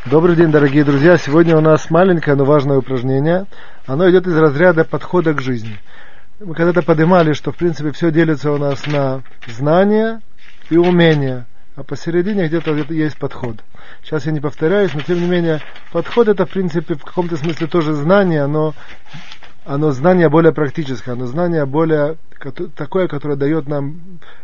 Добрый день, дорогие друзья. Сегодня у нас маленькое, но важное упражнение. Оно идет из разряда подхода к жизни. Мы когда-то поднимали, что в принципе все делится у нас на знания и умения, а посередине где-то есть подход. Сейчас я не повторяюсь, но тем не менее подход — это в принципе в каком-то смысле тоже знание, но оно знание более практическое, оно знание более такое, которое дает нам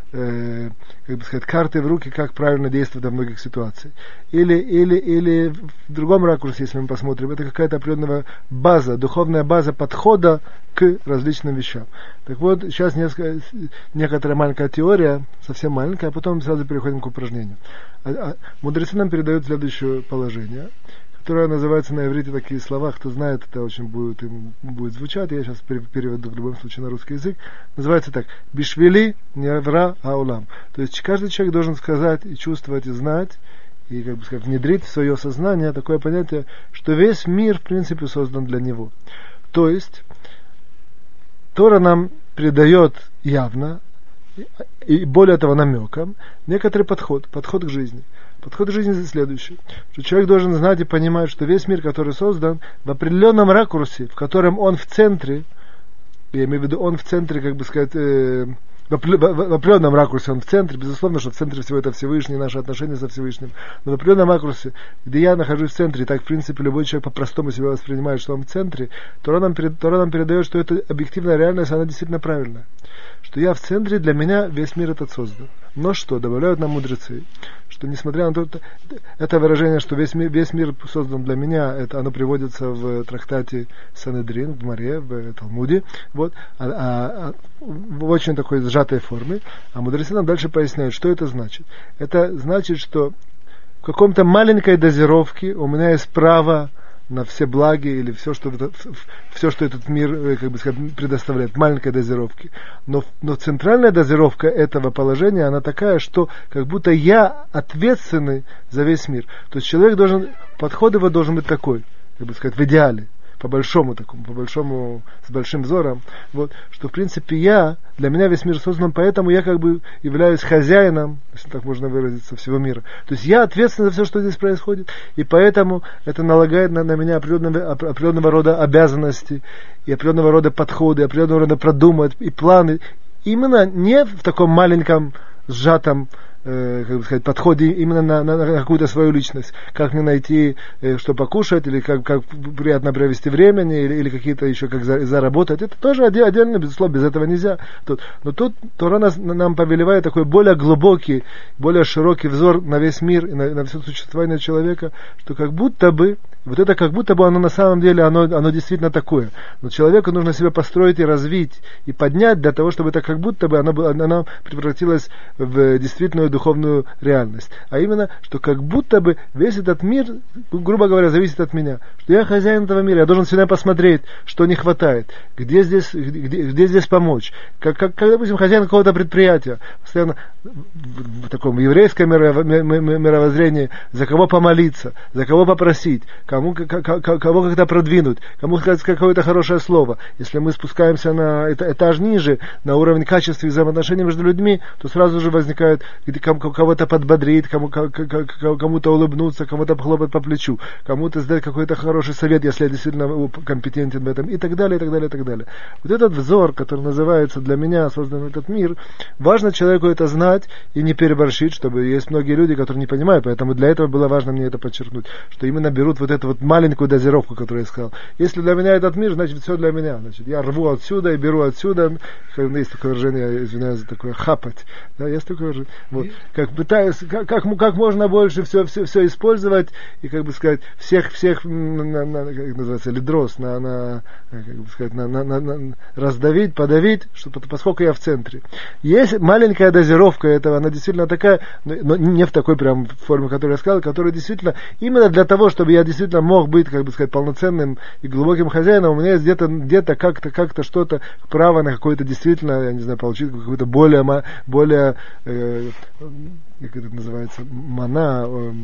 как бы сказать, карты в руки, как правильно действовать во многих ситуациях. Или в другом ракурсе, если мы посмотрим, это какая-то определенная база, духовная база подхода к различным вещам. Так вот, сейчас некоторая маленькая теория, совсем маленькая, а потом сразу переходим к упражнению. Мудрецы нам передают следующее положение, которое называется на иврите такие слова, кто знает, это очень будет звучать, я сейчас переведу в любом случае на русский язык, называется так: бишвили невра аулам. То есть каждый человек должен сказать и чувствовать и знать, и, как бы сказать, внедрить в свое сознание такое понятие, что весь мир в принципе создан для него. То есть Тора нам придает явно, и более того намеком, некоторый подход к жизни. Подход к жизни следующий, что человек должен знать и понимать, что весь мир, который создан, в определенном ракурсе, в котором он в центре, я имею в виду, он в центре, как бы сказать, в определенном ракурсе он в центре, безусловно, что в центре всего это Всевышний, наши отношения со Всевышним, но в определенном ракурсе, где я нахожусь в центре, и так, в принципе, любой человек по-простому себя воспринимает, что он в центре, Тора нам передает, что это объективная реальность, она действительно правильная. Что я в центре, для меня весь мир этот создан. Но что, добавляют нам мудрецы, что несмотря на то, это выражение, что весь мир создан для меня, это оно приводится в трактате Санедрин, в Гмаре, в Талмуде, вот, в очень такой сжатой форме. А мудрецы нам дальше поясняют, что это значит. Это значит, что в каком-то маленькой дозировке у меня есть право на все благи или все, что этот мир, как бы сказать, предоставляет, маленькой дозировки. Но центральная дозировка этого положения, она такая, что как будто я ответственный за весь мир. То есть человек подход его должен быть такой, как бы сказать, в идеале, по большому, с большим взором, вот, что в принципе для меня весь мир создан, поэтому я как бы являюсь хозяином, если так можно выразиться, всего мира. То есть я ответственен за все, что здесь происходит, и поэтому это налагает на меня определенного рода обязанности, и определенного рода подходы, определенного рода продумать, и планы, именно не в таком маленьком, сжатом, как бы сказать, подходе именно на какую-то свою личность, как мне найти, что покушать, или как приятно провести время, или какие-то еще как заработать. Это тоже отдельно, безусловно, без этого нельзя. Но тут Тора нам повелевает такой более глубокий, более широкий взор на весь мир и на все существование человека, что как будто бы оно на самом деле, оно действительно такое. Но человеку нужно себя построить и развить, и поднять для того, чтобы это как будто бы оно превратилось в действительную духовную реальность. А именно, что как будто бы весь этот мир, грубо говоря, зависит от меня. Что я хозяин этого мира, я должен всегда посмотреть, что не хватает, где здесь помочь. Как допустим, хозяин какого-то предприятия, постоянно в таком еврейском мировоззрении, за кого помолиться, за кого попросить, кого как-то продвинуть, кому сказать какое-то хорошее слово. Если мы спускаемся на этаж ниже, на уровень качества и взаимоотношений между людьми, то сразу же возникает кого-то подбодрить, кому-то улыбнуться, кому-то похлопать по плечу, кому-то сдать какой-то хороший совет, если я действительно компетентен в этом, и так далее, и так далее, и так далее. Вот этот взор, который называется «для меня создан этот мир», важно человеку это знать и не переборщить, чтобы есть многие люди, которые не понимают, поэтому для этого было важно мне это подчеркнуть, что именно берут вот эту вот маленькую дозировку, которую я сказал. Если для меня этот мир, значит все для меня. Значит, я рву отсюда и беру отсюда. Есть такое выражение, извиняюсь за такое, хапать. Да, есть такое выражение. Вот. Как пытаюсь, как можно больше все использовать и, как бы сказать, всех как называется, лидрос, как бы сказать, раздавить, подавить, поскольку я в центре. Есть маленькая дозировка этого, она действительно такая, но не в такой прям форме, которую я сказал, которая действительно именно для того, чтобы я действительно мог быть, как бы сказать, полноценным и глубоким хозяином, у меня есть где-то как-то что-то, право на какое-то действительно, я не знаю, получить какое-то более как это называется, мана,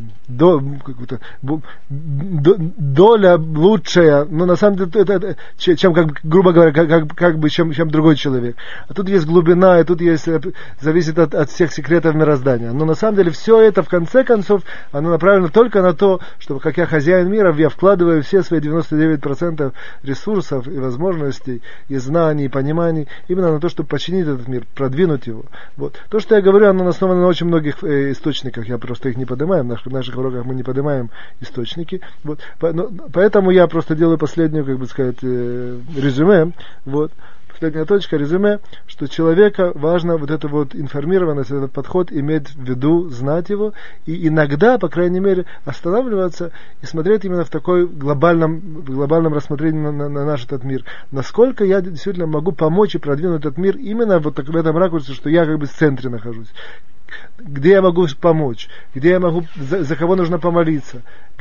доля лучшая, но на самом деле это чем, грубо говоря, чем другой человек. А тут есть глубина, и тут есть, зависит от всех секретов мироздания. Но на самом деле все это, в конце концов, оно направлено только на то, чтобы, как я хозяин мира, я вкладываю все свои 99% ресурсов и возможностей, и знаний, и пониманий, именно на то, чтобы починить этот мир, продвинуть его. Вот. То, что я говорю, оно основано на очень многих источниках, я просто их не поднимаю, в наших уроках мы не поднимаем источники. Вот. Поэтому я просто делаю последнюю, как бы сказать, резюме. Вот. Последняя точка, резюме, что человека важно вот эту вот информированность, этот подход иметь в виду, знать его, и иногда, по крайней мере, останавливаться и смотреть именно в такой глобальном рассмотрении на наш этот мир. Насколько я действительно могу помочь и продвинуть этот мир именно вот в этом ракурсе, что я как бы в центре нахожусь. Где я могу помочь, где я могу, за кого нужно помолиться,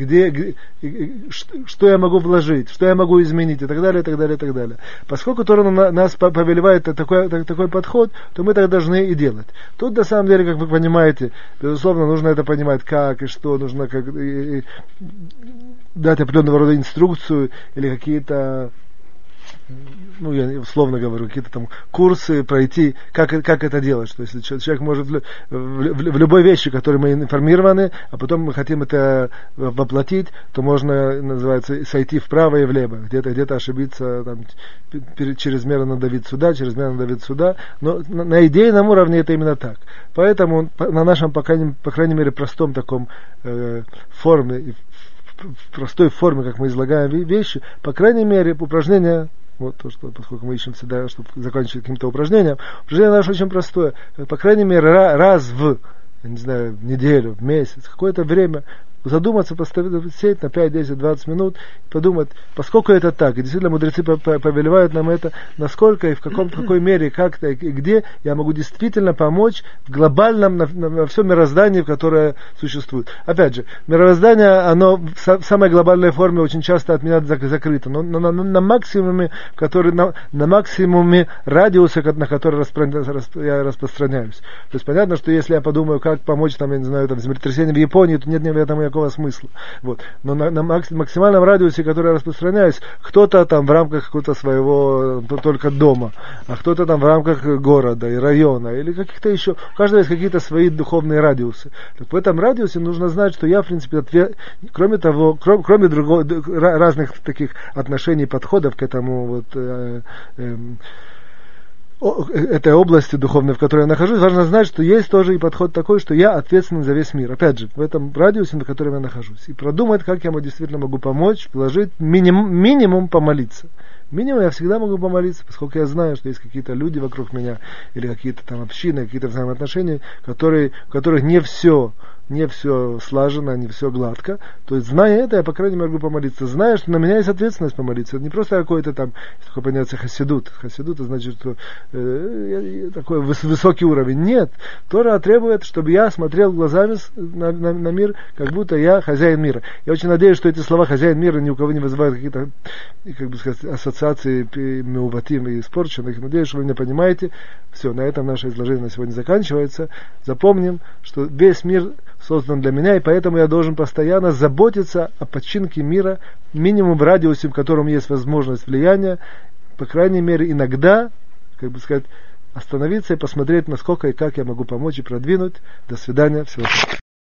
что я могу вложить, что я могу изменить, и так далее, и так далее, и так далее. Поскольку Тора нас повелевает такой подход, то мы так должны и делать. Тут, на самом деле, как вы понимаете, безусловно, нужно это понимать, как и что, нужно дать определенного рода инструкцию или какие-то, я условно говорю, какие-то там курсы пройти, как это делать, что если человек может в любой вещи, которой мы информированы, а потом мы хотим это воплотить, то можно, называется, сойти вправо и влево, где-то ошибиться, там, чрезмерно надавить сюда, но на идейном уровне это именно так. Поэтому на нашем, по крайней мере, простом таком форме, в простой форме, как мы излагаем вещи, по крайней мере, упражнения, вот то, что, поскольку мы ищем всегда, чтобы закончить каким-то упражнением, упражнение наше очень простое, по крайней мере, раз в неделю, в месяц, какое-то время задуматься, сесть на 5, 10, 20 минут, подумать, поскольку это так, и действительно мудрецы повелевают нам это, насколько и в какой мере, как-то и где я могу действительно помочь в глобальном, на всем мироздании, которое существует. Опять же, мироздание, оно в самой глобальной форме очень часто от меня закрыто, но на максимуме, на максимуме радиуса, на который я распространяюсь. То есть понятно, что если я подумаю, как помочь там, землетрясению в Японии, то нет в этом никакого смысла. Вот. Но на максимальном радиусе, который я распространяюсь, кто-то там в рамках какого-то своего только дома, а кто-то там в рамках города и района, или каких-то еще, у каждого есть какие-то свои духовные радиусы. Так в этом радиусе нужно знать, что я, в принципе, кроме того, кроме разных таких отношений, подходов к этому этой области духовной, в которой я нахожусь, важно знать, что есть тоже и подход такой, что я ответственен за весь мир. Опять же, в этом радиусе, на котором я нахожусь. И продумать, как я действительно могу помочь, вложить, минимум помолиться. Минимум я всегда могу помолиться, поскольку я знаю, что есть какие-то люди вокруг меня, или какие-то там общины, какие-то взаимоотношения, в которых не все слажено, не все гладко. То есть, зная это, я, по крайней мере, могу помолиться. Зная, что на меня есть ответственность помолиться. Это не просто какой-то там, такое понятие хасидут. Хасидут, это значит, что такой высокий уровень. Нет. Тора требует, чтобы я смотрел глазами на мир, как будто я хозяин мира. Я очень надеюсь, что эти слова хозяин мира ни у кого не вызывают какие-то, как бы сказать, ассоциации меуватим и испорченных. Надеюсь, что вы меня понимаете. Все, на этом наше изложение на сегодня заканчивается. Запомним, что весь мир создан для меня, и поэтому я должен постоянно заботиться о починке мира, минимум в радиусе, в котором есть возможность влияния, по крайней мере, иногда, как бы сказать, остановиться и посмотреть, насколько и как я могу помочь и продвинуть. До свидания. Всего хорошего.